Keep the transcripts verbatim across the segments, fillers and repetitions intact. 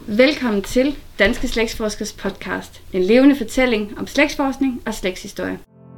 Velkommen til Danske Slægtsforskers podcast. En levende fortælling om slægtsforskning og slægtshistorie.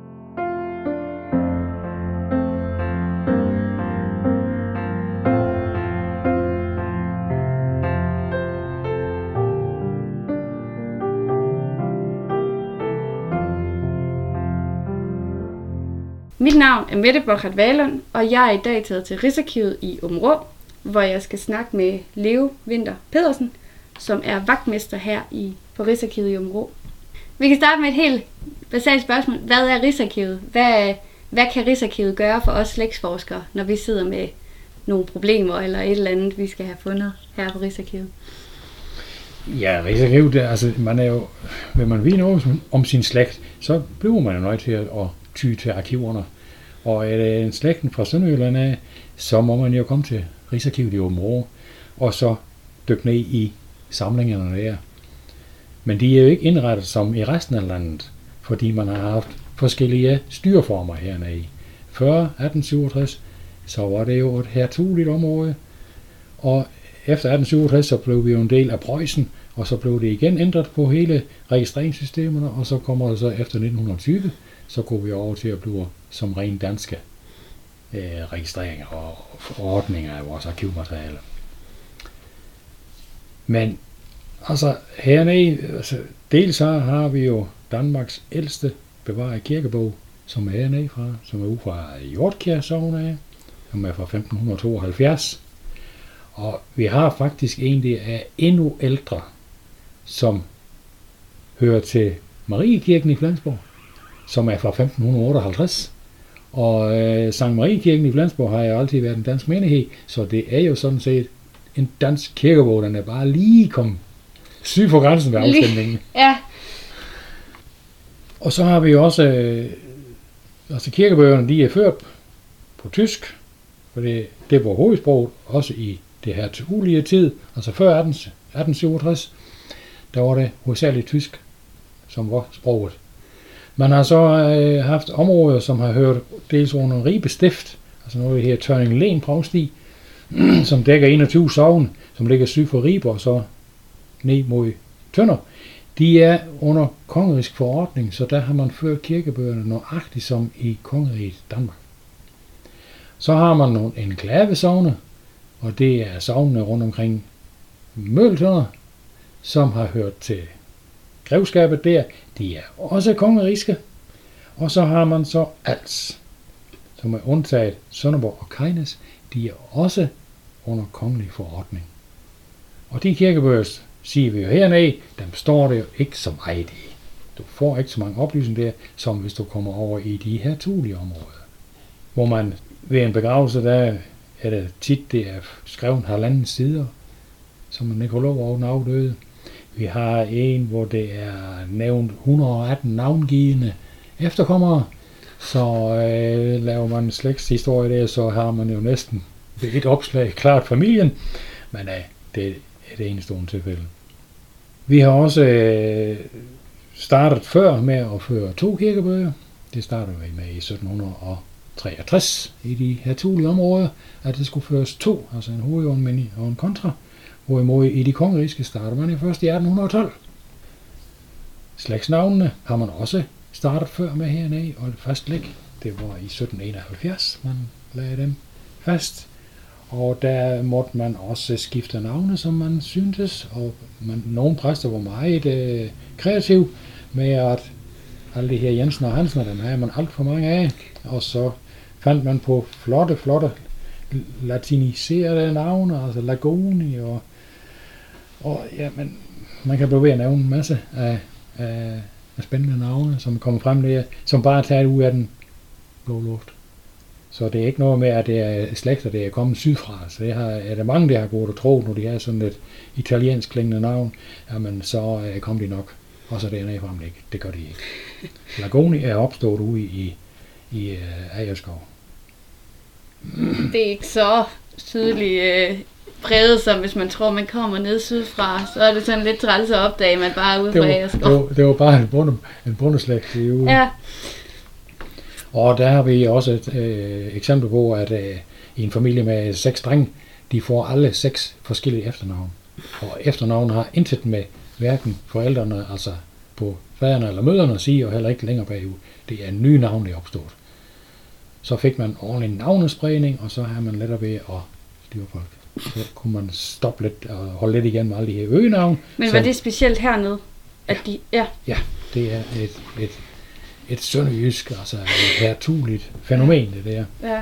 Mit navn er Mette Borchardt Valund, og jeg er i dag taget til Rigsarkivet i Aabenraa, hvor jeg skal snakke med Leo Winther Pedersen, som er vagtmester her i, på Rigsarkivet i Aabenraa. Vi kan starte med et helt basalt spørgsmål. Hvad er Rigsarkivet? Hvad, hvad kan Rigsarkivet gøre for os slægtsforskere, når vi sidder med nogle problemer eller et eller andet, vi skal have fundet her på Rigsarkivet? Ja, Rigsarkivet, det, altså man er jo, vil man vide noget om sin slægt, så bliver man jo nødt til at ty til arkiverne. Og er det en slægten fra Sønderjylland af, så må man jo komme til Rigsarkivet i Aabenraa, og så dykke ned i samlingerne der. Men de er jo ikke indrettet som i resten af landet, fordi man har haft forskellige styreformer hernede. Før atten syvogtres, så var det jo et hertugeligt område, og efter atten syvogtres, så blev vi jo en del af Preussen, og så blev det igen ændret på hele registreringssystemerne, og så kommer det så efter nitten tyve, så går vi over til at blive som rent danske øh, registreringer og forordninger af vores arkivmateriale. Men altså hernede, altså, dels så har vi jo Danmarks ældste bevarede kirkebog, som er hernede fra, som er ude fra Hjortkjær sogn af, som er fra femten tooghalvfjerds. Og vi har faktisk en, der er endnu ældre, som hører til Mariekirken i Flensborg, som er fra femten otteoghalvtreds. Og øh, Sankt Mariekirken i Flensborg har jo altid været en dansk menighed, så det er jo sådan set en dansk kirkebog, den er bare lige kommet syd for grænsen ved afstemningen. Ja. Og så har vi jo også, øh, altså kirkebøgerne, de er ført på tysk, for det, det var hovedsproget, også i det her tugelige tid, altså før atten syvogtres, der var det hovedsageligt tysk, som var sproget. Man har så øh, haft områder, som har hørt dels under Ribe Stift, altså noget her Tørning Len Provsti, som dækker enogtyve sogne, som ligger syd for Ribe og så ned mod Tønder. De er under kongerisk forordning, så der har man ført kirkebøgerne nøjagtigt som i kongeriget Danmark. Så har man nogle enklavesogne, og det er sognene rundt omkring Møgeltønder, som har hørt til grevskabet der. De er også kongeriske. Og så har man så Als, som er undtaget Sønderborg og Kejnes. De er også under kongelig forordning. Og de kirkebøger, siger vi jo hernede, dem står det jo ikke så meget i. Du får ikke så mange oplysninger der, som hvis du kommer over i de her tugelige områder. Hvor man ved en begravelse, der er det tit, det er skrevet halvanden sider, som en nekrolog over den afdøde. Vi har en, hvor det er nævnt et hundrede og atten navngivende efterkommere, så øh, laver man en slægtshistorie der, så har man jo næsten et opslag klart familien, men øh, det er det enestående tilfælde. Vi har også øh, startet før med at føre to kirkebøger. Det startede vi med i sytten treogtres i de her tugelige områder, at det skulle føres to, altså en hoved og en mini og en kontra. Hvorimod i de kongeriske starter man i først i atten tolv. Slægtsnavnene har man også startet før med hernede og fastlæg. Det var i sytten enoghalvfjerds, man lagde dem fast. Og der måtte man også skifte navne, som man syntes. Og man, nogle præster var meget øh, kreativ med at alle de her Jensen og Hansen, dem havde man alt for mange af. Og så fandt man på flotte, flotte latiniserede navne, altså Lagoni og og ja, men man kan blive ved at nævne en masse af, af, af spændende navne, som kommer frem der, som bare er taget ud af den blå luft. Så det er ikke noget med, at det er slægter, det er kommet sydfra. Så det har, er der mange, der har gået og troet, når de har sådan et italiensk klingende navn, jamen så øh, kom de nok. Og så dernede frem, det, det gør de ikke. Lagoni er opstået ude i, i uh, Agerskov. Det er ikke så tydeligt øh, præget, som hvis man tror, man kommer ned sydfra, så er det sådan lidt træls at opdage, at man bare er ude fra Agerskov. Det var, det var bare en, bunde, en bundeslægt. Ja. Og der har vi også et øh, eksempel på, at øh, i en familie med seks drenge, de får alle seks forskellige efternavn. Og efternavn har intet med hverken forældrene, altså på faderne eller mødrene at sige, og heller ikke længere bagud. Det er nye navn, der er opstået. Så fik man ordentlig navnespredning, og så har man lettere ved at styre folk. Så kunne man stoppe lidt og holde lidt igen med alle de her øgenavn. Men var det specielt hernede? At ja. De, ja. ja, det er et, et, et sønderjysk, altså et hertugeligt fænomen, det der. Ja.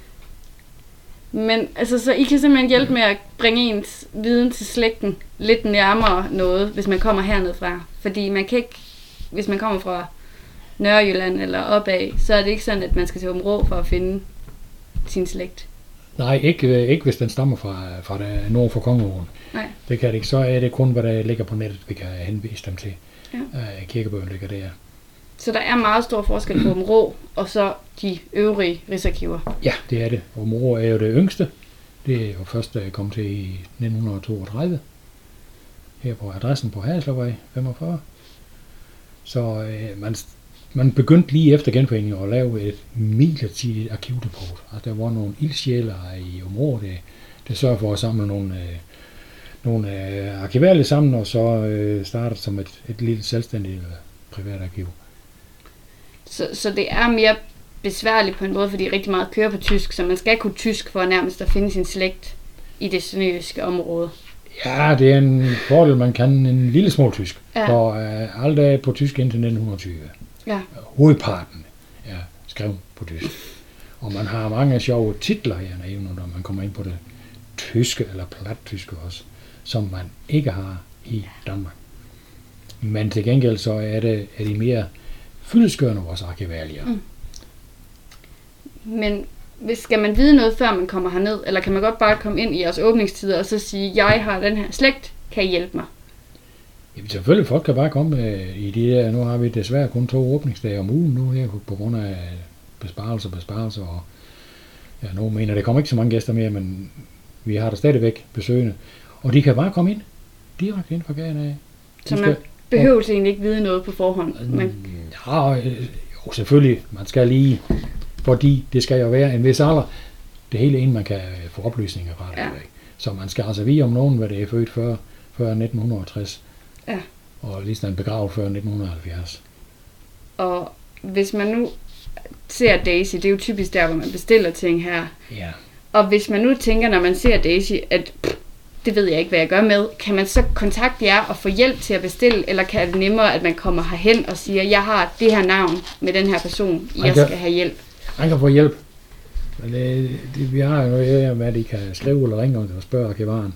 Men altså, så I kan simpelthen hjælpe med at bringe ens viden til slægten lidt nærmere noget, hvis man kommer hernede fra. Fordi man kan ikke, hvis man kommer fra Nørrejylland eller opad, så er det ikke sådan, at man skal til Aabenraa for at finde sin slægt. Nej, ikke, ikke hvis den stammer fra, fra det nord for Kongeåen. Nej. Det kan det ikke. Så er det kun, hvad der ligger på nettet, vi kan henvise dem til. Ja. Uh, kirkebøgerne ligger der. Så der er meget stor forskel på Aabenraa og så de øvrige rigsarkiver. Ja, det er det. Aabenraa er jo det yngste. Det er jo først kommet til i nitten toogtredive. Her på adressen på Haderslev femogfyrre. Så øh, man, man begyndte lige efter genforeningen at lave et midlertidigt arkivdepot. Altså, der var nogle ildsjæler i Aabenraa, det, det sørger for at samle nogle, øh, nogle øh, arkiværlige sammen, og så øh, startede som et, et lille selvstændigt øh, privat arkiv. Så, så det er mere besværligt på en måde, fordi rigtig meget kører på tysk, så man skal kunne tysk for nærmest at finde sin slægt i det sønderjyske område. Ja, det er en fordel, man kan en lille smule tysk, ja. for øh, alt er på tysk indtil nitten tyve. Ja. Hovedparten er skrevet på tysk. Og man har mange sjove titler her, når man kommer ind på det tyske eller plattyske også, som man ikke har i Danmark. Men til gengæld så er, det, er de mere fyldestgørende vores arkivalier. Mm. Men hvis, skal man vide noget, før man kommer herned, eller kan man godt bare komme ind i jeres åbningstider og så sige, jeg har den her slægt, kan I hjælpe mig? Jamen selvfølgelig, folk kan bare komme øh, i de der, nu har vi desværre kun to åbningsdage om ugen nu her, på grund af besparelser, besparelser, og ja, nogen mener, der kommer ikke så mange gæster mere, men vi har der stadigvæk besøgende, og de kan bare komme ind, direkte ind fra gaden af. Så man behøver egentlig ikke vide noget på forhånd? Men... Ja, jo, selvfølgelig, man skal lige, fordi det skal jo være en vis alder, det hele inden man kan få oplysninger fra det. Ja. Så man skal altså vide om nogen, hvad det er født før, før nitten tres. Ja. Og lige sådan begravet før nitten halvfjerds. Og hvis man nu ser Daisy, det er jo typisk der, hvor man bestiller ting her. Ja. Og hvis man nu tænker, når man ser Daisy, at pff, det ved jeg ikke, hvad jeg gør med, kan man så kontakte jer og få hjælp til at bestille, eller kan det nemmere, at man kommer herhen og siger, jeg har det her navn med den her person, jeg kan, skal have hjælp? Man kan få hjælp. Men det, det, vi har jo noget med, at de kan skrive eller ringe og spørge arkivaren.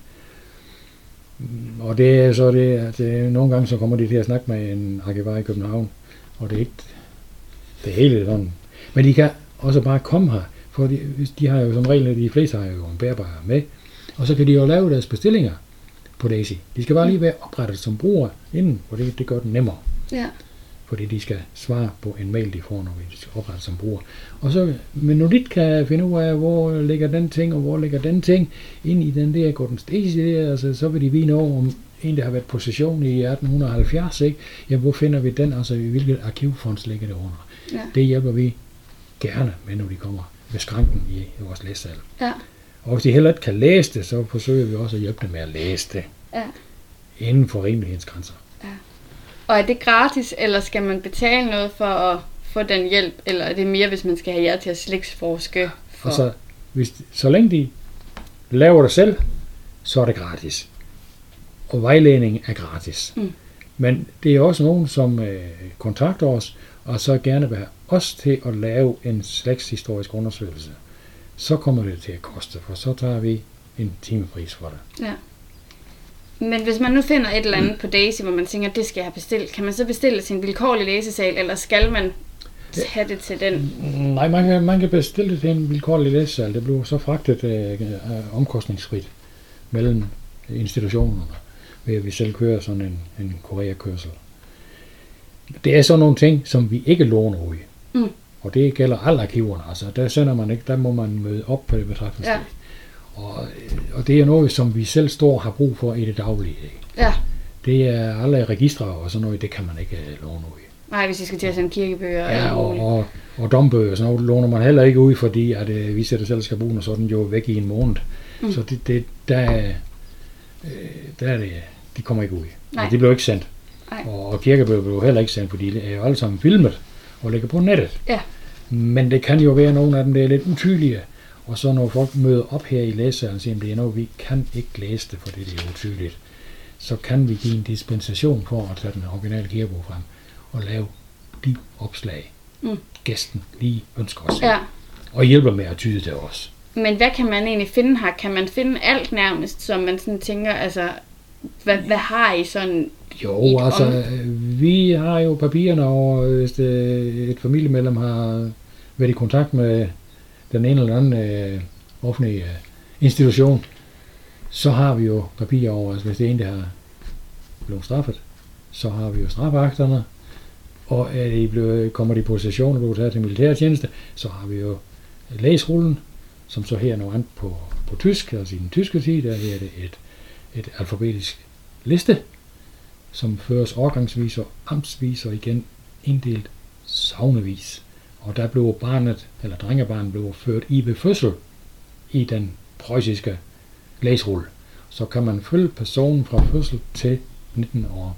Og det er så det, at det, nogle gange så kommer de til at snakke med en arkivar i København, og det er ikke det hele sådan. Men de kan også bare komme her, for de, de har jo som regel, de fleste har jo en bærbar med, og så kan de jo lave deres bestillinger på Daisy. De skal bare lige være oprettet som bruger inden, for det, det gør den nemmere. Ja. Fordi de skal svare på en mail, de får, når de skal oprette som bruger. Og så med Nodit kan finde ud af, hvor ligger den ting, og hvor ligger den ting, ind i den der Gordon Daisy der, altså så vil de vide noget om en, der har været på session i atten halvfjerds, ikke? Ja, hvor finder vi den, altså i hvilket arkivfonds ligger det under? Ja. Det hjælper vi gerne med, når de kommer ved skranken i vores læsesal. Ja. Og hvis de heller ikke kan læse det, så forsøger vi også at hjælpe dem med at læse det. Ja. Inden for rimelighedsgrænser. Ja. Og er det gratis, eller skal man betale noget for at få den hjælp, eller er det mere, hvis man skal have jer til at slægtsforske? For... Altså, hvis, så længe de laver det selv, så er det gratis. Og vejledning er gratis. Mm. Men det er også nogen, som øh, kontakter os, og så gerne vil have os til at lave en slægtshistorisk undersøgelse. Så kommer det til at koste, for så tager vi en timepris for det. Ja. Men hvis man nu finder et eller andet mm. på Daisy, hvor man tænker, det skal jeg have bestilt, kan man så bestille til en vilkårlig læsesal, eller skal man tage det til den? Nej, man kan, man kan bestille det til en vilkårlig læsesal. Det bliver så fragtet øh, omkostningsfrit mellem institutionerne, ved at vi selv kører sådan en, en kurierkørsel. Det er sådan nogle ting, som vi ikke låner ud. Mm. Og det gælder alle arkiverne. Altså, der sender man ikke, der må man møde op på det betragtningssted. Ja. Og, og det er noget, som vi selv står og har brug for i det daglige. Ja. Det er alle registre og sådan noget, det kan man ikke låne ud. Nej, hvis I skal til at sende kirkebøger. Ja, og, og, og dombøger og sådan noget låner man heller ikke ud, fordi at uh, vi selv skal bruge noget sådan jo væk i en måned. Mm. Så det, det, der, øh, der er det, de kommer ikke ud. Nej. De blev ikke sendt. Nej. Og, og kirkebøger blev heller ikke sendt, fordi de er jo alle sammen filmet og ligger på nettet. Ja. Men det kan jo være, nogle af dem, der er lidt utydelige. Og så når folk møder op her i læsesalen og siger, at det er noget, vi kan ikke læse det, fordi det er utydeligt, så kan vi give en dispensation for at tage den originale kirkebog frem og lave de opslag, mm. gæsten lige ønsker os. Ja. Og hjælper med at tyde det også. Men hvad kan man egentlig finde her? Kan man finde alt nærmest, som man sådan tænker, altså, hvad, hvad har I sådan Jo, altså, om? Vi har jo papirerne, og hvis det, et familiemedlem har været i kontakt med den ene eller anden øh, offentlige øh, institution, så har vi jo papirer over, altså hvis det er en, der har blevet straffet, så har vi jo straffeakterne, og er de blevet, kommer de på session og bliver taget til militærtjeneste, så har vi jo læsrullen, som så her noget andet på, på tysk, altså i den tyske side, der er det et, et alfabetisk liste, som føres årgangsvis og amtsvis og igen inddelt savnevis. Og der blev barnet, eller drengebarnet, blev ført i ved fødsel i den preussiske læsrulle. Så kan man følge personen fra fødsel til nitten år.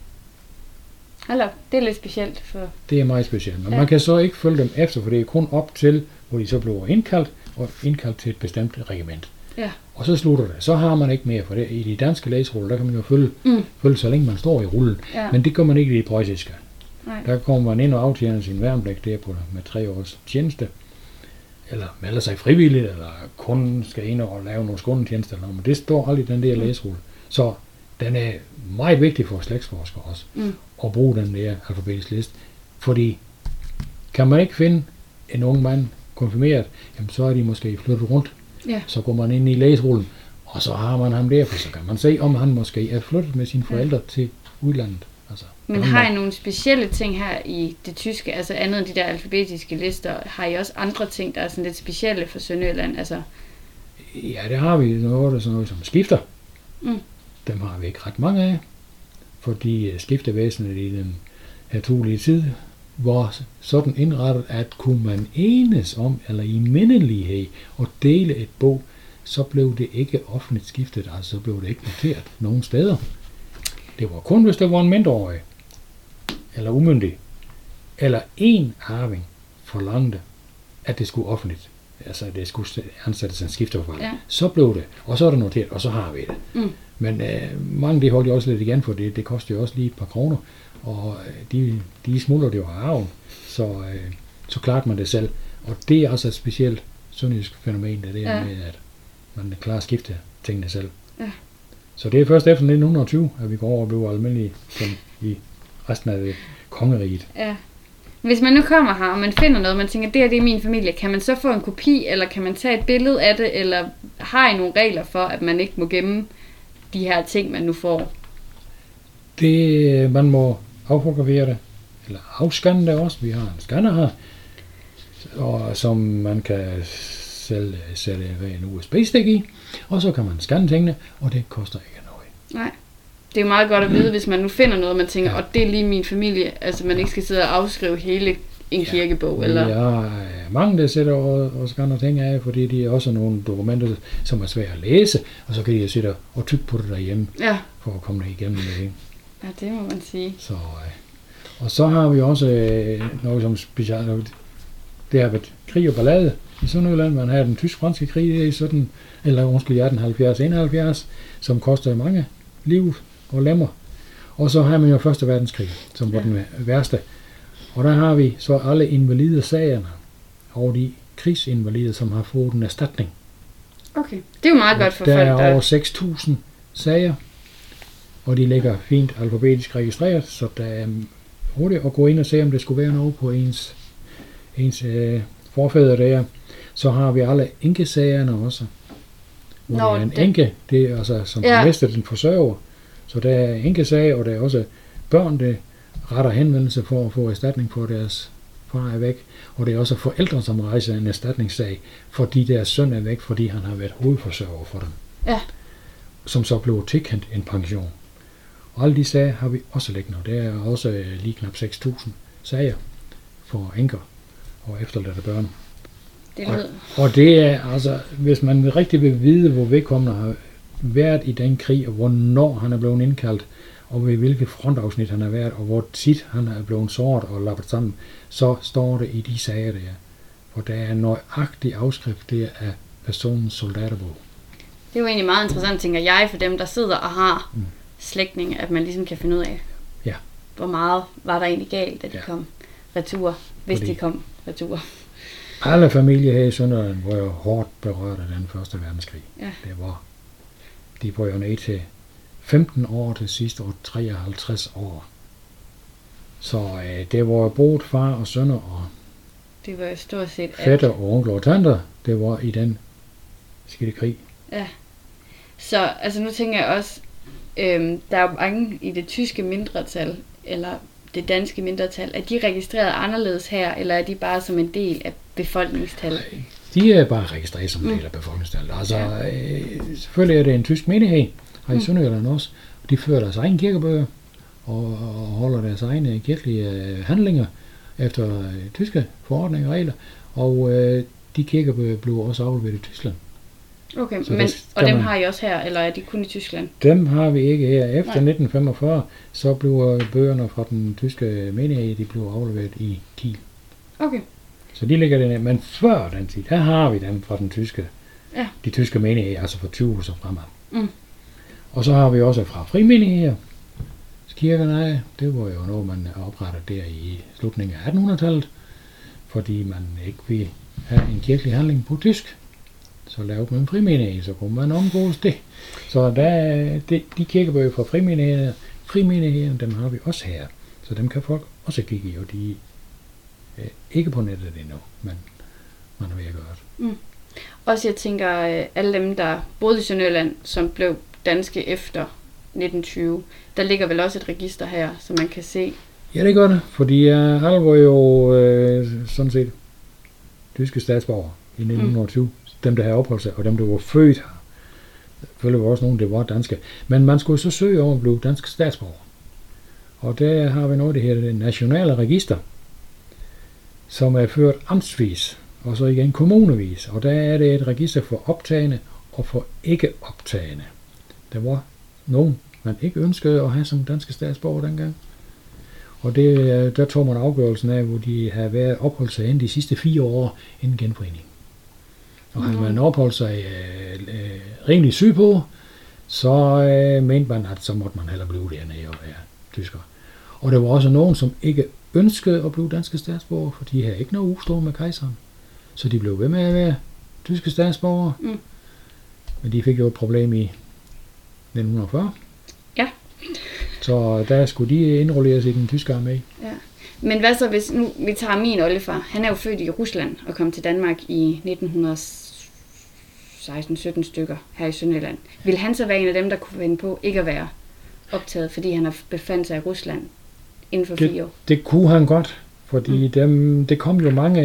Hallo, det er lidt specielt for... Det er meget specielt, men ja. Man kan så ikke følge dem efter, for det er kun op til, hvor de så bliver indkaldt, og indkaldt til et bestemt regiment. Ja. Og så slutter det. Så har man ikke mere, for det. I de danske læsruller, der kan man jo følge, mm. følge så længe man står i rullen. Ja. Men det gør man ikke i de preussiske. Nej. Der kommer man ind og aftjener sin værnepligt der på med tre års tjeneste, eller melder sig frivilligt, eller kun skal ind og lave nogle skånetjenester, men det står aldrig i den der mm. læsrulle. Så den er meget vigtig for slægtsforskere også, mm. at bruge den der alfabetiske liste, fordi kan man ikke finde en ung mand konfirmeret, jamen så er de måske flyttet rundt, ja. Så går man ind i læsrullen, og så har man ham der, for så kan man se, om han måske er flyttet med sine forældre ja. Til udlandet. Altså, men har I nogle specielle ting her i det tyske, altså andet end de der alfabetiske lister, har I også andre ting, der er sådan lidt specielle for Sønderjylland? Altså... Ja, det har vi noget, sådan noget som skifter. Mm. Dem har vi ikke ret mange af, fordi skiftevæsenet i den hertugelige tid var sådan indrettet, at kunne man enes om, eller i mindelighed, og dele et bog, så blev det ikke offentligt skiftet, altså så blev det ikke noteret nogen steder. Det var kun, hvis der var en mindreårig, eller umyndig, eller en arving forlangte, at det skulle offentligt, altså at det skulle ansættes en skifteforvalter. Ja. Så blev det, og så er det noteret, og så har vi det. Mm. Men øh, mange de holdt jo også lidt igen, for det, det koster jo også lige et par kroner, og de, de smuldrer det jo af arven, så, øh, så klart man det selv. Og det er også et specielt sønderjysk fænomen, det der ja. Med, at man klarer at skifte tingene selv. Ja. Så det er først efter nitten tyve, at vi går over og bliver almindelige i resten af det kongeriget. Ja. Hvis man nu kommer her, og man finder noget, man tænker, det her det er min familie, kan man så få en kopi, eller kan man tage et billede af det, eller har I nogle regler for, at man ikke må gemme de her ting, man nu får? Det, man må affotografere det, eller afscanne det også. Vi har en scanner her, og som man kan selv sætte en U S B-stik i, og så kan man scanne tingene, og det koster ikke noget. Nej. Det er jo meget godt at vide, hvis man nu finder noget, man tænker, ja. Og det er lige min familie, altså man ikke skal sidde og afskrive hele en ja. Kirkebog. Eller... Ja, mange der sætter og, og scanner ting af, fordi de er også nogle dokumenter, som er svære at læse, og så kan de sidde og tykke på det derhjemme, ja. For at komme det igennem det. Ja, det må man sige. Så, og så har vi også noget som specielt, det har været krig og ballade i Sønderjylland. Man havde den tysk-franske krig i sytten, eller undskyld, atten halvfjerds enoghalvfjerds, som kostede mange liv og lemmer. Og så har man jo første verdenskrig, som var ja. Den værste. Og der har vi så alle invalide sagerne, og de krigsinvalide, som har fået en erstatning. Okay, det er jo meget og godt for der folk, der er over seks tusind sager, og de ligger fint alfabetisk registreret, så der er hurtigt at gå ind og se, om det skulle være noget på ens, ens øh, forfædre der. Så har vi alle enkesagerne også. Hvor Nå, det er en det... enke, det er altså, som ja. Mister den forsørger. Så der er enkesager, og der er også børn, der retter henvendelse for at få erstatning for deres far er væk. Og det er også forældre, som rejser en erstatningssag, fordi deres søn er væk, fordi han har været hovedforsørger for dem. Ja. Som så blev tilkendt en pension. Og alle de sager har vi også liggende. Der er også lige knap seks tusind sager for enker og efterladte børn. Det og, og det er altså, hvis man rigtig vil vide, hvor vedkommende har været i den krig, og hvornår han er blevet indkaldt, og ved hvilket frontafsnit han har været, og hvor tit han er blevet såret og lappet sammen, så står det i de sager der. For der er en nøjagtig afskrift der af personens soldaterbog. Det er jo egentlig meget interessant, tænker jeg, for dem, der sidder og har mm. slægtninge, at man ligesom kan finde ud af, ja. hvor meget var der egentlig galt, da de ja. kom retur, hvis Fordi de kom retur. Alle familier her i Sønderjylland var jo hårdt berørt af den første verdenskrig. Ja. Det var, de var jo ned til femten år til sidst, og treoghalvtreds år. Så øh, det var både far og sønner og det var jo stort set fætter og onkler og tanter, det var i den skidte krig. Ja. Så altså nu tænker jeg også, øhm, der er jo mange i det tyske mindretal, eller det danske mindretal, er de registreret anderledes her, eller er de bare som en del af befolkningstallet? De er bare registreret som en del af befolkningstallet. Altså, ja. øh, selvfølgelig er det en tysk menighed, og i Sønderjylland også. De fører deres egen kirkebøger, og, og holder deres egne kirkelige øh, handlinger efter øh, tyske forordninger og regler, og øh, de kirkebøger bliver også afleveret i Tyskland. Okay, men, og dem man, har I også her, eller er de kun i Tyskland? Dem har vi ikke her. Efter Nej. nitten femogfyrre, så bliver bøgerne fra den tyske menighed, de bliver afleveret i Kiel. Okay. Så de ligger der, men før den tid, her har vi dem fra den tyske, ja. de tyske menighed, altså fra tyve og så fremad. Mm. Og så har vi også fra frimenigheder. Kirkerne, det var jo noget, man oprettede der i slutningen af attenhundredetallet, fordi man ikke ville have en kirkelig handling på tysk. Så lavede man en frimenighed, så kunne man omgås det. Så der, de, de kirkebøger fra frimenigheder, frimenigheder, dem har vi også her. Så dem kan folk også kigge i, og de er ikke på nettet endnu, men man er ved at gøre det. Mm. Også jeg tænker, alle dem, der boede i Sønderjylland, som blev danske efter nitten tyve, der ligger vel også et register her, så man kan se. Ja, det gør det, fordi uh, alle var jo øh, sådan set tyske statsborgere i nitten tyve. Mm. Dem, der havde opholdt sig, og dem, der var født her. Selvfølgelig var også nogen, der var danske. Men man skulle så søge over at blive dansk statsborger. Og der har vi noget, det her det nationale register, som er ført amtsvis, og så igen kommunevis. Og der er det et register for optagende og for ikke optagende. Der var nogen, man ikke ønskede at have som danske statsborger dengang. Og det, der tog man afgørelsen af, hvor de havde været opholdt sig ind de sidste fire år inden genforeningen. Og havde man opholdt sig øh, øh, rimelig syg på, så øh, mente man, at så måtte man heller blive dernede og være tysker. Og der var også nogen, som ikke ønskede at blive danske statsborger, for de havde ikke noget ustå med kejseren. Så de blev ved med at være tyske statsborgere. Mm. Men de fik jo et problem i nitten fyrre. Ja. Så der skulle de indrulleres i den tyske armé. Ja. Men hvad så, hvis nu vi tager min oldefar? Han er jo født i Rusland og kom til Danmark i nitten seksten sytten stykker her i Sønderjylland. Vil han så være en af dem, der kunne vende på ikke at være optaget, fordi han har befandt sig i Rusland inden for det, fire år? Det kunne han godt, fordi mm. dem, det kom jo mange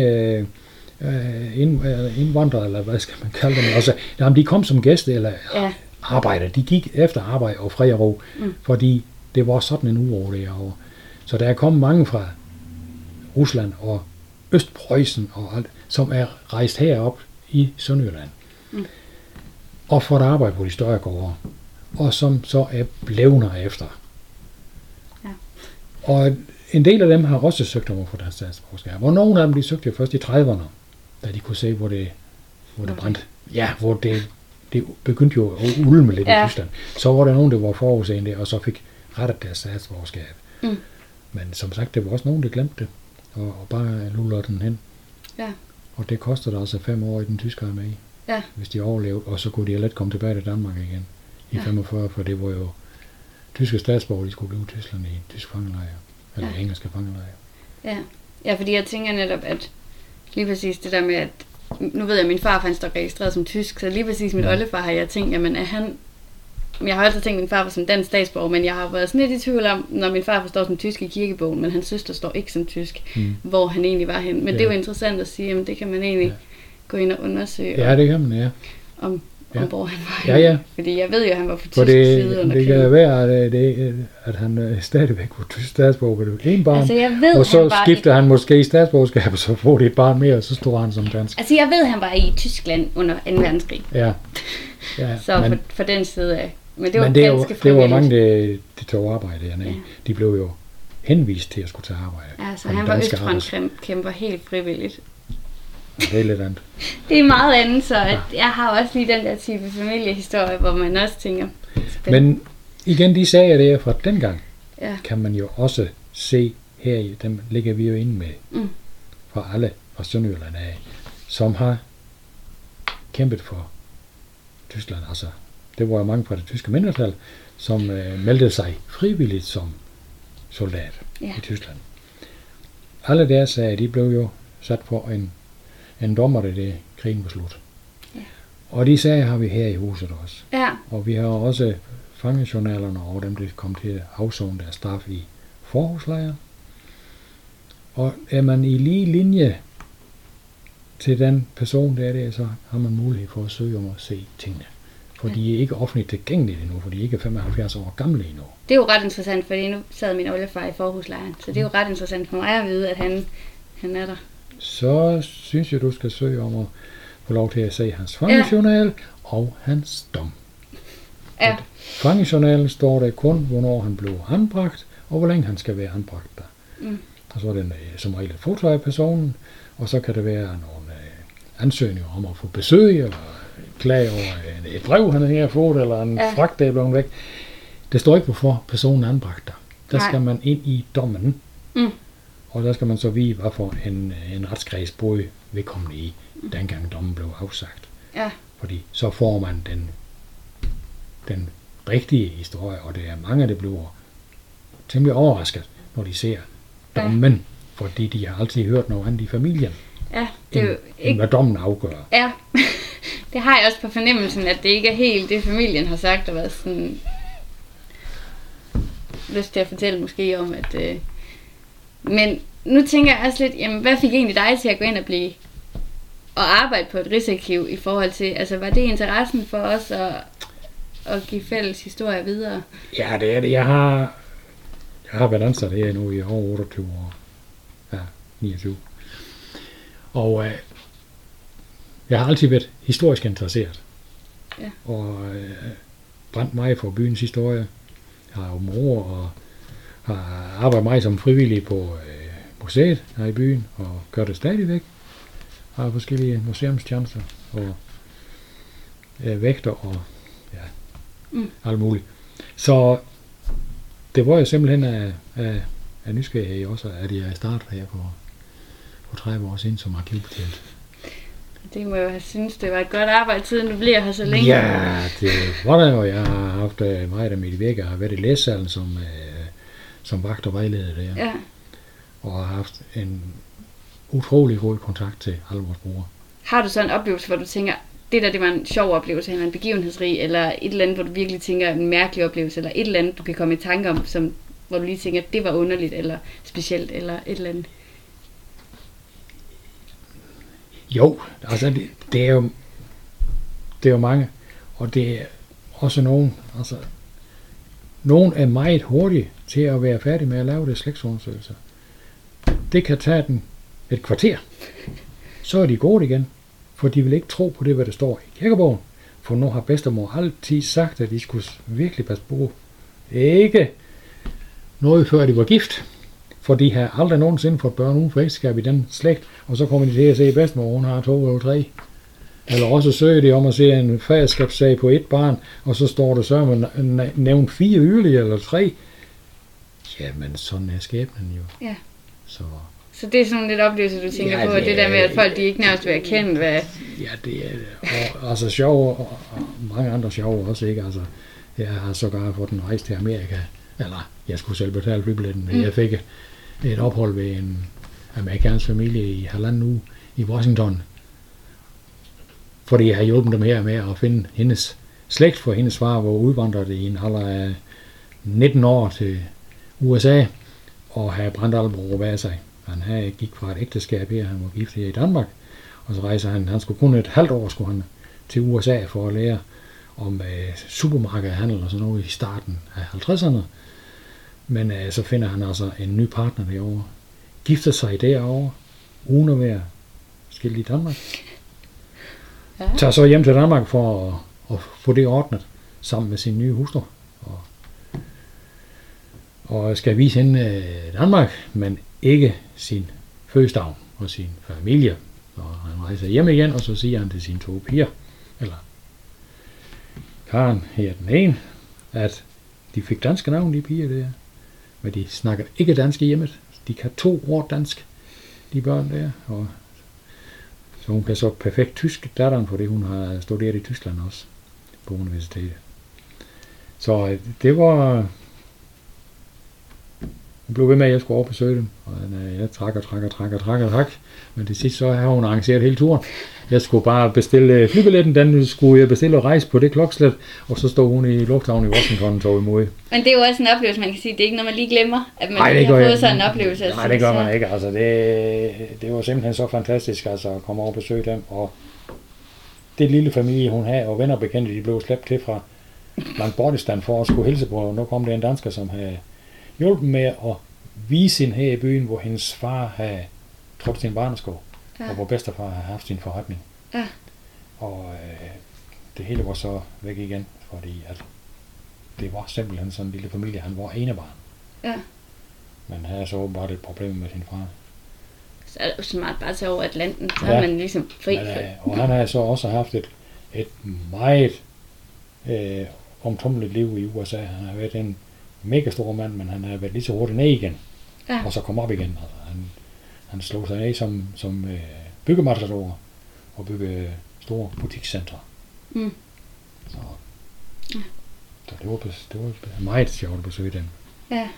øh, indvandrere, eller hvad skal man kalde dem, altså, jamen, de kom som gæster eller ja. arbejder. De gik efter arbejde og fred og ro, mm. fordi det var sådan en uro derovre. Så der er kommet mange fra Rusland og Østpreussen og alt, som er rejst herop i Sønderjylland. Mm. Og fået arbejde på de større gårde. Og som så er blevner efter. Ja. Og en del af dem har også søgt om at få deres statsborgerskab. Og nogle af dem de søgte først i trediverne, da de kunne se, hvor det, hvor det brændte. Ja, hvor det, det begyndte jo at ulme lidt ja. i Tyskland. Så var der nogen, der var forudseende, og så fik rettet deres statsborgerskab. Mm. Men som sagt, det var også nogen, der glemte det, og, og bare lullede den hen. Ja. Og det kostede altså fem år i den tyske armé, ja. hvis de overlevede, og så kunne de let komme tilbage til Danmark igen i ja. femogfyrre, for det var jo tyske statsborgere, de skulle blive i Tyskland i tysk fangelejr, eller ja. engelske fangelejr. Ja. ja, fordi jeg tænker netop, at lige præcis det der med, at nu ved jeg, at min far han står registreret som tysk, så lige præcis mit ja. oldefar har jeg tænkt, jamen er han... Jeg har altid tænkt, at min far var som dansk statsborger, men jeg har været sådan lidt i tvivl om, når min far står som tysk i kirkebogen, men hans søster står ikke som tysk, mm. hvor han egentlig var hen. Men ja. det er jo interessant at sige, at det kan man egentlig ja. gå ind og undersøge. Ja, det kan man, ja. Om, ja. om hvor han var. Ja, ja. Fordi jeg ved jo, at han var på tysk det, side under det krigen. kan være, at, det, at han øh, stadigvæk var tysk statsborger. Det var en barn, altså, jeg ved, og så han skifter i... han måske i statsborgerskab, og så får det et barn mere, og så står han som dansk. Altså, jeg ved, at han var i Tyskland under anden verdenskrig. Ja. ja så men, for, for den side af. Men det var men det ganske var, det var mange, frivilligt. der de tog arbejde dernede. Ja. De blev jo henvist til at skulle tage arbejde. Ja, så han var østfrontkæmper helt frivilligt. Ja, det er lidt andet. Det er meget andet, så at jeg har også lige den der type familiehistorie, hvor man også tænker... Spændende. Men igen, de sager der fra dengang, ja. kan man jo også se her i, dem ligger vi jo inde med, mm. fra alle fra Sønderjylland af, som har kæmpet for Tyskland. Altså, det var jo mange fra det tyske mindretal, som øh, meldte sig frivilligt som soldat ja. i Tyskland. Alle deres sager, de blev jo sat for en, en dommer, da det krigen var slut. Ja. Og de sager har vi her i huset også. Ja. Og vi har også fangejournalerne over dem, der kom til at afzone deres straf i forhuslejre. Og er man i lige linje til den person, der er der, så har man mulighed for at søge om at se tingene. For ja. de er ikke offentligt tilgængelige endnu, for de er ikke femoghalvfjerds år gamle endnu. Det er jo ret interessant, fordi nu sad min oldefar i forhuslejren, så det er jo ret interessant for mig at vide, at han, han er der. Så synes jeg, du skal søge om at få lov til at se hans fangejournal ja. og hans dom. Ja. Fangejournalen står der kun, hvornår han blev anbragt, og hvor længe han skal være anbragt der. Mm. Og så er det som regel et foto af personen, og så kan det være nogle ansøgninger om at få besøg, eller klage over et brev, han har fået, eller en ja. fragt, der er blevet væk. Det står ikke, hvorfor personen er anbragt der. Der Nej. skal man ind i dommen, mm. og der skal man så vide, hvad for en, en retskreds boede vedkommende i, mm. dengang dommen blev afsagt. Ja. Fordi så får man den, den rigtige historie, og det er mange, der bliver temmelig overrasket, når de ser dommen, ja. fordi de har altid hørt noget andet i familien, ja, det er jo end, ikke... end hvad dommen afgør. Ja, det har jeg også på fornemmelsen, at det ikke er helt det, familien har sagt, og været sådan lyst til at fortælle måske om, at... Øh... Men nu tænker jeg også lidt, jamen, hvad fik egentlig dig til at gå ind og blive og arbejde på et rigsarkiv i forhold til, altså var det interessen for os at, at give fælles historie videre? Ja, det er det. Jeg har, jeg har været ansat her nu i over otteogtyve år. Ja, niogtyve. Og øh, jeg har altid været historisk interesseret. Ja. Og øh, brændt mig for byens historie. Jeg har jo mor og har arbejdet mig som frivillig på øh, museet her i byen, og gør det stadigvæk. Har forskellige museumstjenester og øh, vægter og ja, mm. alt muligt. Så det var jo simpelthen af, af, af nysgerrighed også, at jeg startede her på, på tredive år siden som arkivbetjent. Det må jo have synes, det var et godt arbejde, siden du bliver her så længe. Ja, det var der jo. Jeg har haft meget af mit virke. Jeg har været i læsesalen som, øh, som vagt og vejleder der. Ja. Og har haft en utrolig god kontakt til alle vores brugere. Har du så en oplevelse, hvor du tænker, det der det var en sjov oplevelse, eller en begivenhedsrig, eller et eller andet, hvor du virkelig tænker en mærkelig oplevelse, eller et eller andet, du kan komme i tanke om, som, hvor du lige tænker, det var underligt, eller specielt, eller et eller andet? Jo, altså det, det er jo det er jo mange, og det er også nogen, altså nogen er meget hurtige til at være færdige med at lave det slægtsundersøgelser. Det kan tage den et kvarter, så er de gode igen, for de vil ikke tro på det, hvad der står i kirkebogen, for nu har bedstemor altid sagt, at de skulle virkelig passe på ikke noget før de var gift, for de har aldrig nogensinde fået børn uden for ægteskab i den slægt, og så kommer de til at se, at bedstemor, hun har to eller tre. Eller også søger de om at se en faderskabssag på et barn, og så står der så, at man nævnt fire yderligere eller tre. Jamen, sådan er skæbnen jo. Ja. Så, så det er sådan lidt oplevelse, du tænker ja, på, det, det der med, at folk de ikke nærmest vil erkende, hvad... Ja, det er og, altså sjov, og, og mange andre sjove også, ikke? Altså, jeg har sågar fået en rejse til Amerika, eller jeg skulle selv betale flybilletten, men mm. jeg fik et ophold ved en amerikansk familie i halvanden uge i Washington, fordi jeg har hjulpet dem her med at finde hendes slægt, for hendes far var udvandret i en alder af nitten år til U S A, og havde brændt alle broer bag sig. Han havde, gik fra et ægteskab her, han var gift her i Danmark, og så rejser han, han skulle kun et halvt år, skulle han til U S A for at lære om øh, supermarkedhandel og sådan noget i starten af halvtredserne. Men øh, så finder han altså en ny partner derovre. Gifter sig derovre, uden at være skilt i Danmark. Ja. Tager så hjem til Danmark for at, at få det ordnet sammen med sin nye hustru. Og, og skal vise hende øh, Danmark, men ikke sin fødselsdag og sin familie. Og han rejser hjem igen, og så siger han til sine to piger, eller Karen her den ene, at de fik danske navn, de piger der, men de snakker ikke dansk i hjemmet. De kan to ord dansk, de børn der, og så hun kan så perfekt tysk, datteren, fordi hun har studeret i Tyskland også på universitetet. Så det var... Hun blev ved med, at jeg skulle over besøge dem, og jeg trak og trak og trak og trak og trak, men til sidst så har hun arrangeret hele turen. Jeg skulle bare bestille flybilletten, den skulle jeg bestille og rejse på det klokslet, og så stod hun i lufthavnen i Washington og tog imod. Men det er jo også en oplevelse, man kan sige. Det er ikke noget, man lige glemmer, at man Ej, har fået jeg. sådan en oplevelse. Nej, det gør man ikke. Altså, det, det var simpelthen så fantastisk altså, at komme over og besøge dem, og det lille familie, hun havde, og venner og bekendte, de blev slæbt til fra Blankbordistan for at skulle hilse på, og nu kom der en dansker, som havde hjulpet med at vise hende her i byen, hvor hendes far havde trådt sin barneskov, ja. Og hvor bedstefar havde haft sin forretning. Ja. Og øh, det hele var så væk igen, fordi at det var simpelthen sådan en lille familie. Han var enebarn. Ja. Men havde så åbenbart et problem med sin far. Så er det jo smart bare til over Atlanten, så ja. er man ligesom fri. Men, øh, og han havde så også haft et, et meget øh, omtummeligt liv i U S A. Han har været en mega stor mand, men han har været lige så hurtigt ned igen. Ja. Og så kom op igen. Altså, han, han slog sig ned som, som øh, byggematador og bygge store butikscentre. Mm. Så, ja. så det, var, det var meget sjovt at besøge dem. Ja.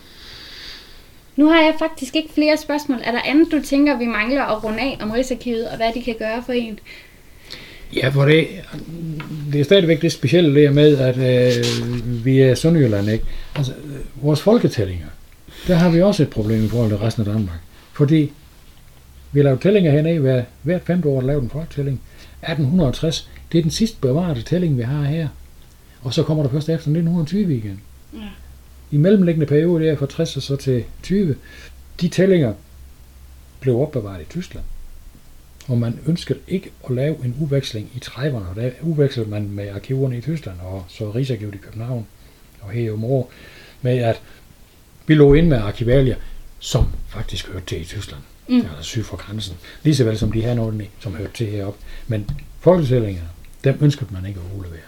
Nu har jeg faktisk ikke flere spørgsmål. Er der andet, du tænker, vi mangler at runde af om Rigsarkivet, og hvad de kan gøre for en? Ja, for det, det er stadigvæk det specielle der med, at øh, vi er Sønderjylland, ikke? Altså, vores folketællinger, der har vi også et problem i forhold til resten af Danmark. Fordi vi laver tællinger hernede, hver, hvert femte år laver en folketælling. atten tres, det er den sidste bevarede tælling, vi har her. Og så kommer der først efter nitten tyve igen. Ja. I mellemliggende periode der fra tres og så til tyve, de tællinger blev opbevaret i Tyskland. Og man ønskede ikke at lave en udveksling i trediverne, og der udvekslede man med arkiverne i Tyskland, og så Rigsarkivet i København, og her i Området, med at vi lå ind med arkivalier, som faktisk hørte til i Tyskland, mm. altså syd for grænsen, lige så vel som de her nogle, som hørte til heroppe. Men folketællingerne, dem ønskede man ikke at udlevere.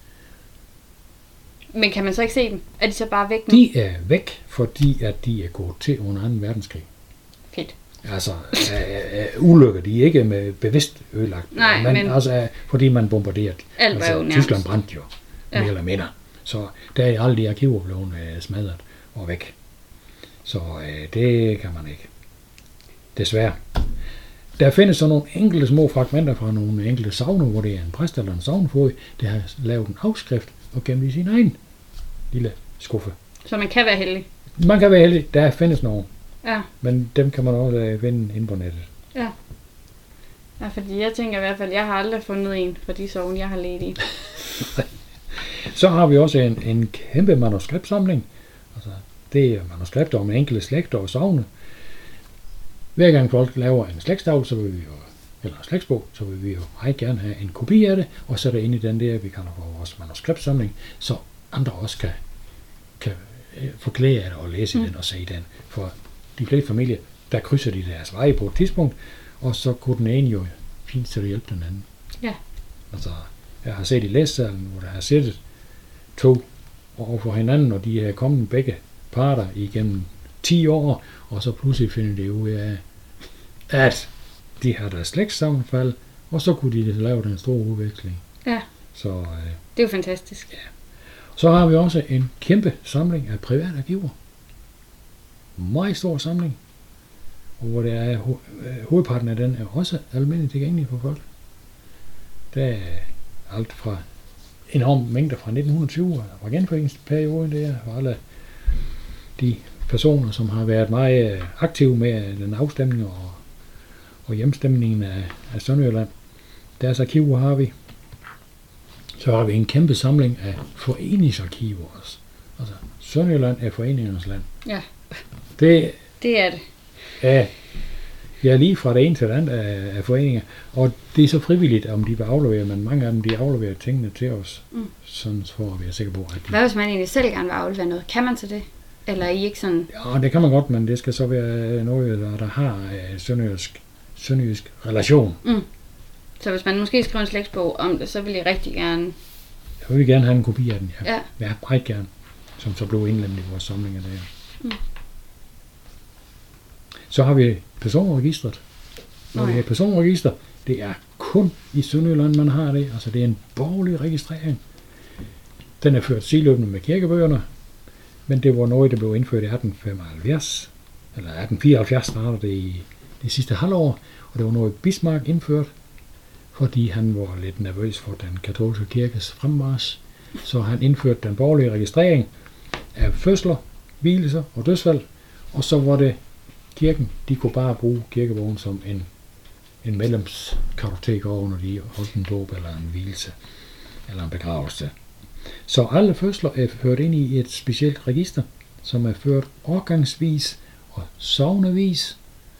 Men kan man så ikke se dem? Er de så bare væk nu? De er væk, fordi at de er gået til under anden verdenskrig. Fedt. Altså, uh, uh, ulykker, de er ikke med bevidst ødelagt. Nej, men, men... Altså, uh, fordi man bombarderede. Alt var altså, jo Tyskland brændte jo, ja. Mere eller mindre. Så der er alle de arkiver blevet uh, smadret og væk. Så uh, det kan man ikke. Desværre. Der findes så nogle enkelte små fragmenter fra nogle enkelte savne, hvor det er en præst eller en savnefod, der har lavet en afskrift og gemt i sin egen lille skuffe. Så man kan være heldig? Man kan være heldig. Der findes nogle. Ja. Men dem kan man også uh, vinde inde på nettet. Ja. Ja, fordi jeg tænker i hvert fald, jeg har aldrig fundet en fra de sovn, jeg har let i. Så har vi også en, en kæmpe manuskriptsamling. Altså, det er manuskripter om enkelte slægter og sovne. Hver gang folk laver en slægtstavle, så vil vi jo, eller en slægtsbog, så vil vi jo meget gerne have en kopi af det, og sætte ind i den der, vi kalder for vores manuskriptsamling, så andre også kan, kan få glæde af det og læse mm. den og se den. For de fleste familier, der krydser de deres veje på et tidspunkt, og så kunne den ene jo fint til at hjælpe den anden. Ja. Altså, jeg har set i læsesalen, hvor der har siddet to over for hinanden, og de er kommet begge parter igennem ti år, og så pludselig finder de ud af, at de har deres slægtssammenfald, og så kunne de lave den store udveksling. Ja, så, øh, det er jo fantastisk. Ja. Så har vi også en kæmpe samling af private arkiver. Meget stor samling, og hvor det er, ho- hovedparten af den er også almindeligt tilgængelig for folk. Der er alt fra enorme mængder fra nitten tyve, fra genforeningsperioden der, og alle de personer, som har været meget aktive med den afstemning og, og hjemstemningen af, af Sønderjylland. Deres arkiver har vi. Så har vi en kæmpe samling af foreningsarkiver også. Altså, Sønderjylland er foreningernes land. Ja. Det, det er det. Ja, ja, lige fra det ene til det andet af, af foreninger. Og det er så frivilligt, om de vil aflevere, men mange af dem, de afleverer tingene til os. Mm. Sådan for at være sikker på, at de... Hvad hvis man egentlig selv gerne vil aflevere noget? Kan man til det? Eller er I ikke sådan... Ja, det kan man godt, men det skal så være noget, der, der har sønderjysk, sønderjysk relation. Mm. Så hvis man måske skriver en slægtsbog om det, så vil I rigtig gerne... Jeg vil gerne have en kopi af den, ja. Ja. Ja, meget gerne. Som så blev indlemmet i vores samlinger der. Mm. Så har vi personregistret. Når vi har personregister, det er kun i Sønderjylland, man har det. Altså det er en borgerlig registrering. Den er ført sideløbende med kirkebøgerne, men det var noget, der blev indført i atten femoghalvfjerds, eller atten fireoghalvfjerds startede det i de sidste halvår, og det var noget Bismarck indført, fordi han var lidt nervøs for den katolske kirkes fremmarch. Så han indførte den borgerlige registrering af fødsler, hvilelser og dødsfald, og så var det kirken, de kunne bare bruge kirkebogen som en, en medlemskartotek over, når de holdt en dåb eller en hvilelse eller en begravelse. Så alle fødsler er ført ind i et specielt register, som er ført årgangsvis og sognevis.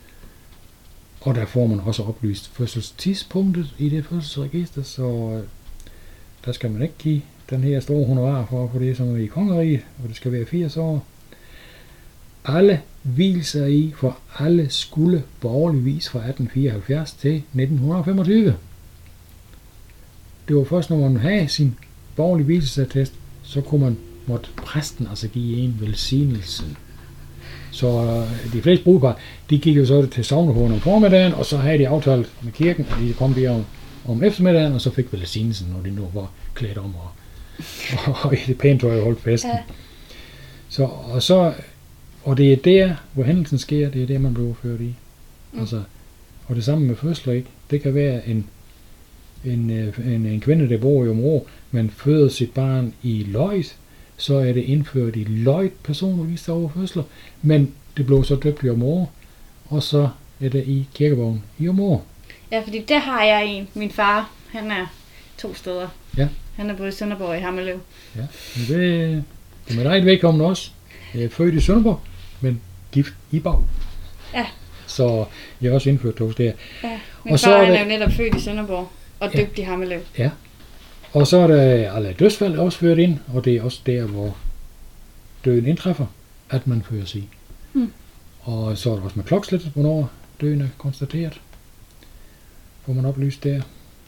Og der får man også oplyst fødselstidspunktet i det fødselsregister, så der skal man ikke give den her store honorar for, for det som er i kongeriget, og det skal være firs år. Alle hvilelser i, for alle skulle borgerligvis fra atten fireoghalvfjerds til nitten femogtyve. Det var først, når man havde sin borgerlige hvilesattest, så kunne man, måtte præsten altså give en velsignelse. Så de fleste brudepar, de gik jo så til sognehånden om formiddagen, og så havde de aftalt med kirken, at de kom der om, om eftermiddagen, og så fik velsignelsen, når de nu var klædt om og, og, og i det pænt tøj holdt festen. Ja. Så, og, så, og det er der, hvor hændelsen sker, det er der, man bliver ført i. Mm. Altså, og det samme med fødsler, ikke? Det kan være en, en, en, en kvinde, der bor i Områ, men føder sit barn i Løjt, så er det indført i Løjt personregister over fødsler, men det blev så døbt i Områ, og så er det i kirkebogen i Områ. Ja, fordi der har jeg en. Min far, han er to steder. Ja. Han er både i Sønderborg og i Hammerlev. Ja, men det, det er med dig velkommen også. Jeg er født i Sønderborg, men gift i Bag. Ja. Så jeg har også indført to steder. Ja, min og far så er, det, er jo netop født i Sønderborg og døbt ja. i Hammerlev. Ja. Og så er der alle dødsfald også ført ind, og det er også der, hvor døden indtræffer, at man fører sig. Mm. Og så er der også med klokslæt, hvornår døden er konstateret. Får man oplyst der.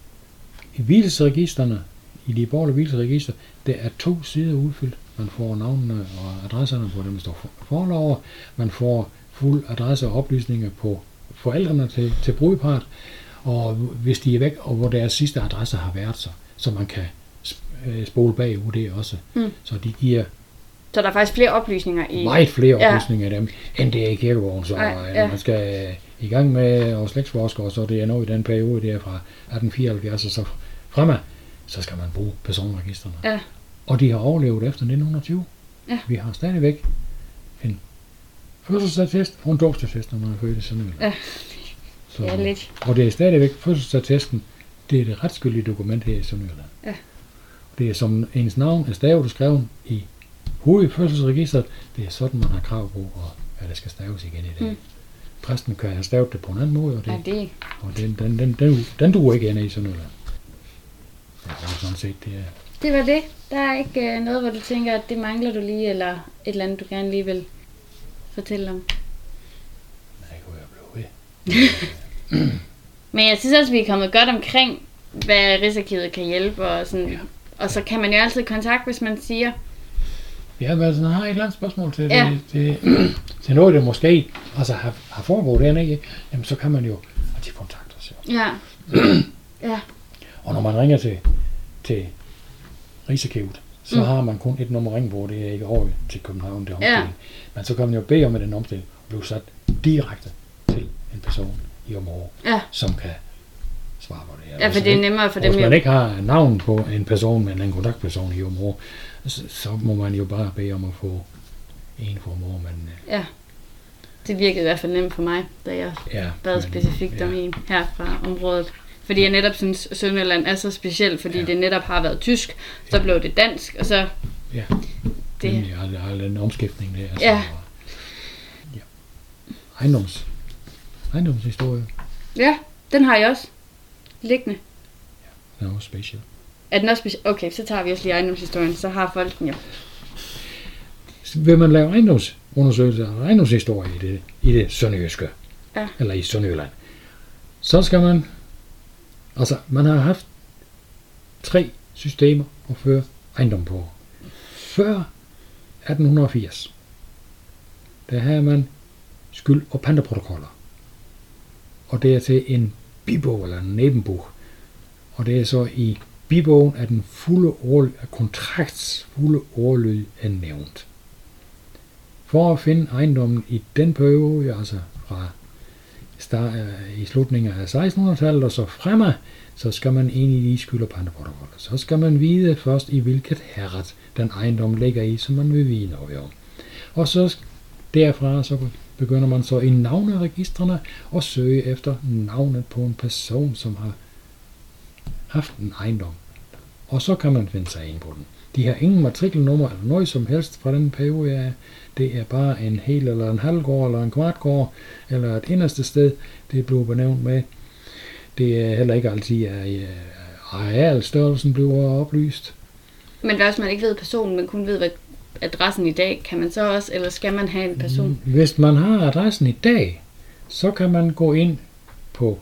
I hvilesregisterne, i de borgerlige hvilesregister, der er to sider udfyldt. Man får navnene og adresserne på dem, der står forlover. Man får fuld adresse og oplysninger på forældrene til, til brudepart. Og hvis de er væk, og hvor deres sidste adresse har været, så, så man kan spole bagud det også. Mm. Så de giver... Så der er faktisk flere oplysninger i... Meget flere oplysninger ja. i dem, end det er i kirkebogen. Så Ej, ja. man skal i gang med at slægtsforske, og så det er noget i den periode der fra atten fireoghalvfjerds og så fremad, så skal man bruge personregistrene. Ja. Og de har overlevet efter nitten tyve. Ja. Vi har stadigvæk en fødselsattest og en dåbsattest, når man er født i Sønderjylland. Ja. Så, ja, lidt. Og det er stadigvæk fødselsattesten, det er det retsgyldige dokument her i Sønderjylland. Ja. Det er som ens navn er stavet og skrevet i hovedfødselsregistret, det er sådan, man har krav på, og at det skal staves igen i dag. Mm. Præsten kan have stavet det på en anden måde, og, det, ja, det. og den, den, den, den, den duer ikke inde i Sønderjylland. Ja, det var sådan set det. Er. Det var det. Der er ikke uh, noget, hvor du tænker, at det mangler du lige, eller et eller andet, du gerne lige vil fortælle om? Nej, kunne jeg blive ved. Men jeg synes også, vi er kommet godt omkring, hvad Rigsarkivet kan hjælpe, og, sådan, ja. og så kan man jo altid kontakte, hvis man siger... Ja, men altså, når jeg har et eller andet spørgsmål til, ja. det, til, til noget, der måske altså, har, har foregået dernede, jamen så kan man jo altid kontakte os. Jo. Ja. ja. Og når man ringer til, til Rigsarkivet, så mm. har man kun et nummer ring på, det er ikke over til København, det er omstilling. Ja. Men så kan man jo bede om, at den omstilling bliver sat direkte til en person i området, ja. som kan svare på det her. Ja, for det er nemmere for dem. Hvis man ikke har navn på en person, men en kontaktperson i området, så, så må man jo bare bede om at få en for området. Men, ja, det virkede i hvert fald nemt for mig, da jeg ja, bad specifikt ja. om en her fra området. Fordi jeg netop synes, at Sønderjylland er så specielt, fordi ja. det netop har været tysk, så ja. blev det dansk, og så... Ja, det jeg har, har en omskiftning der. Altså, ja. Og, ja. Ejendoms. Ejendomshistorie. Ja, den har jeg også liggende. Ja, den er også special. Er den også special? Okay, så tager vi også lige ejendomshistorien, så har folk den jo. Vil man lave ejendomsundersøgelser og ejendomshistorie i det, i det sønderjyske, ja. eller i Sønderjylland, så skal man, altså man har haft tre systemer at føre ejendom på. Før atten firs, der havde man skyld- og panteprotokoller. Og det er til en bibog eller en nebenbog. Og det er så i bibogen, at den fulde ord, kontrakts fulde ordlyd er nævnt. For at finde ejendommen i den periode, altså fra start, i slutningen af sekstenhundredetallet og så fremad, så skal man ind i de skyld- og panteprotokoller. Så skal man vide først, i hvilket herred den ejendom ligger i, som man vil vide noget om. Og så derfra så begynder man så i navneregistrene at søge efter navnet på en person, som har haft en ejendom. Og så kan man finde sig ind på den. De har ingen matrikelnummer eller noget som helst fra den periode af. Det er bare en hel eller en halv gård eller en kvart gård eller et inderste sted, det bliver benævnt med. Det er heller ikke altid, at arealstørrelsen bliver oplyst. Men der er også, man ikke ved personen, men kun ved, hvad adressen i dag, kan man så også, eller skal man have en person? Hvis man har adressen i dag, så kan man gå ind på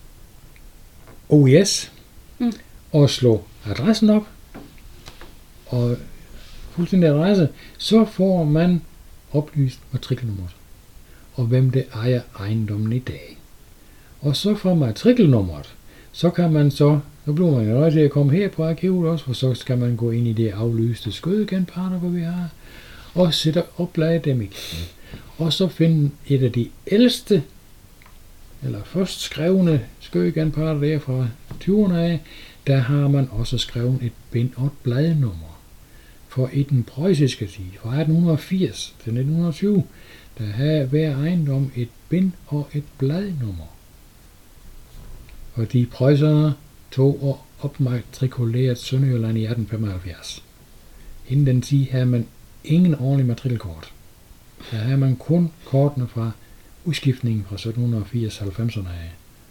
O I S mm. og slå adressen op, og fuldstændig adresse, så får man oplyst matrikelnummeret, og hvem det ejer ejendommen i dag. Og så fra matrikelnummeret, så kan man så, så bliver man jo nødt til at komme her på arkivet også, for så skal man gå ind i det aflyste skødegenparter, hvor vi har, og sætte oplade dem igen. Og så finde et af de ældste, eller først skrevne skødegenparter der fra tyverne af, der har man også skrevet et bind og et bladnummer. For i den preussiske tid, fra atten firs til nitten tyve, der havde hver ejendom et bind og et bladnummer. Og de preusserne tog og opmatrikuleret Sønderjylland i atten femoghalvfjerds. Inden den tid havde man ingen ordentlig matrikelkort. Der havde man kun kortene fra udskiftningen fra sytten firs til halvfemserne af.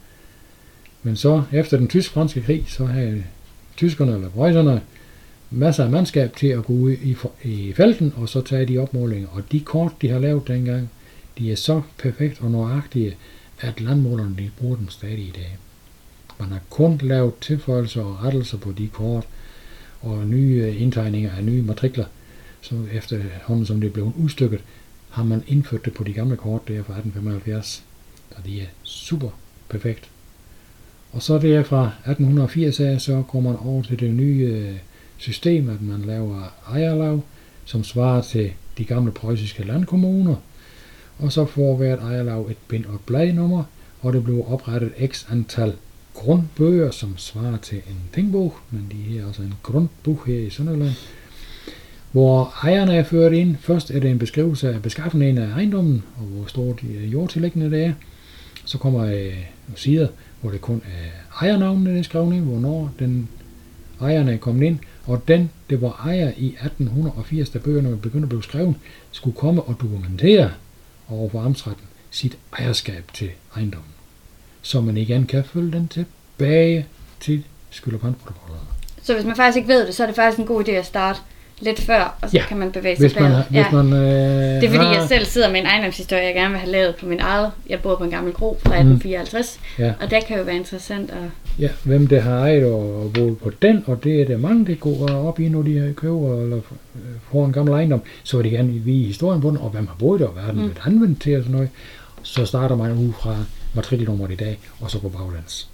Men så efter den tysk-franske krig, så havde tyskerne eller preusserne masser af mandskab til at gå ud i, i felten, og så tage de opmålinger. Og de kort, de har lavet dengang, de er så perfekt og nøjagtige, at landmålerne de bruger dem stadig i dag. Man har kun lavet tilføjelser og rettelser på de kort, og nye indtegninger af nye matrikler, så efterhånden som det blev udstykket, har man indført det på de gamle kort der fra atten femoghalvfjerds. Så de er super perfekt. Og så der fra atten firs af, så går man over til det nye system, at man laver ejerlav, som svarer til de gamle preussiske landkommuner. Og så får hvert ejerlav et bind og et bladnummer, og det bliver oprettet x antal grundbøger, som svarer til en tingbog, men de er altså en grundbog her i Sønderjylland, hvor ejerne er ført ind. Først er det en beskrivelse af beskaffenheden af ejendommen, og hvor stort jordtillæggende det er. Så kommer øh, sider, hvor det kun er ejernavnene, der er skrevet ind, hvornår den ejerne er kommet ind, og den, det var ejer i atten firs, da bøgerne begyndte at blive skrevet, skulle komme og dokumentere over for amtsretten sit ejerskab til ejendommen, så man igen kan følge den tilbage til skyld- og pantprotokollerne. Så hvis man faktisk ikke ved det, så er det faktisk en god idé at starte lidt før, og så ja, kan man bevæge sig bagud. Ja. Hvis man, øh, det er fordi, har... jeg selv sidder med en ejendomshistorie, jeg gerne vil have lavet på min eget. Jeg bor på en gammel kro fra atten fireoghalvtreds, mm. ja. Og det kan jo være interessant at... Ja, hvem det har ejet og boet på den, og det er det mange, der går op i, når de køber eller får en gammel ejendom, så vil de gerne vide historien på den, og hvem har boet der, og hvad har den mm. været anvendt til, og sådan noget. Så starter man ud fra matrikelnummeret i dag, og så på baglands.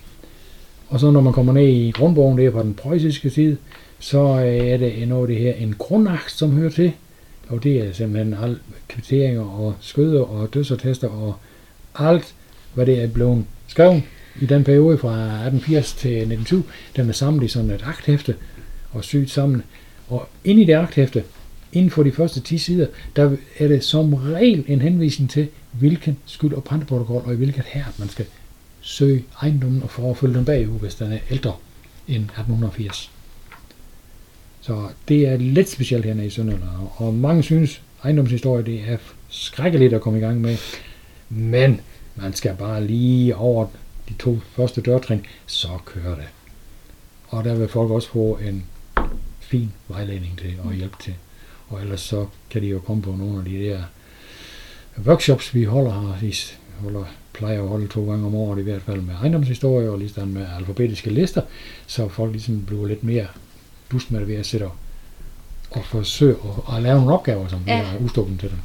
Og så når man kommer ned i grundbogen, det er fra den preussiske side, så er det noget af det her en grundakt, som hører til, og det er simpelthen alle kvitteringer og skøder og dødsattester og alt, hvad det er blevet skrevet i den periode fra atten firs til nitten tyve, den er samlet i sådan et akthæfte og sygt sammen. Og inde i det akthæfte, inden for de første ti sider, der er det som regel en henvisning til, hvilken skyld- og panteprotokol og i hvilket her man skal søge ejendommen og for at følge den bagud, hvis den er ældre end atten firs. Så det er lidt specielt hernede i Sønderjylland, og mange synes, ejendomshistorie det er skrækkeligt at komme i gang med, men man skal bare lige over de to første dørtrin, så kører det. Og der vil folk også få en fin vejledning til og hjælp til. Og ellers så kan de jo komme på nogle af de der workshops, vi holder her. Vi holder, plejer at holde to gange om året i hvert fald med ejendomshistorie og ligesom med alfabetiske lister, så folk ligesom bliver lidt mere dust med det ved at sætte og forsøge at, at lave nogle opgaver, som ja. er udstukket til dem.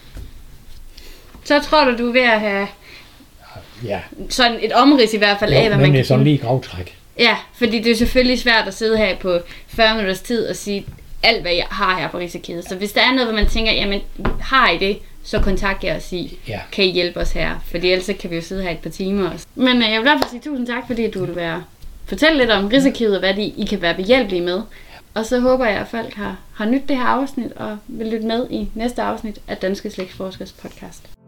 Så tror du, du er ved at have ja. sådan et omrids i hvert fald jo, af, hvad man kan sådan lige gravtræk. Ja, fordi det er selvfølgelig svært at sidde her på fyrre minutters tid og sige alt, hvad jeg har her på Rigsarkivet. Så hvis der er noget, hvor man tænker, jamen har I det, så kontakt jer og sig, ja. Kan I hjælpe os her? Fordi ellers kan vi jo sidde her et par timer også. Men øh, jeg vil i hvert fald sige tusind tak, fordi du vil være fortælle lidt om Rigsarkivet og hvad de, I kan være behjælpelige med. Og så håber jeg, at folk har, har nydt det her afsnit og vil lytte med i næste afsnit af Danske Slægtsforskers podcast.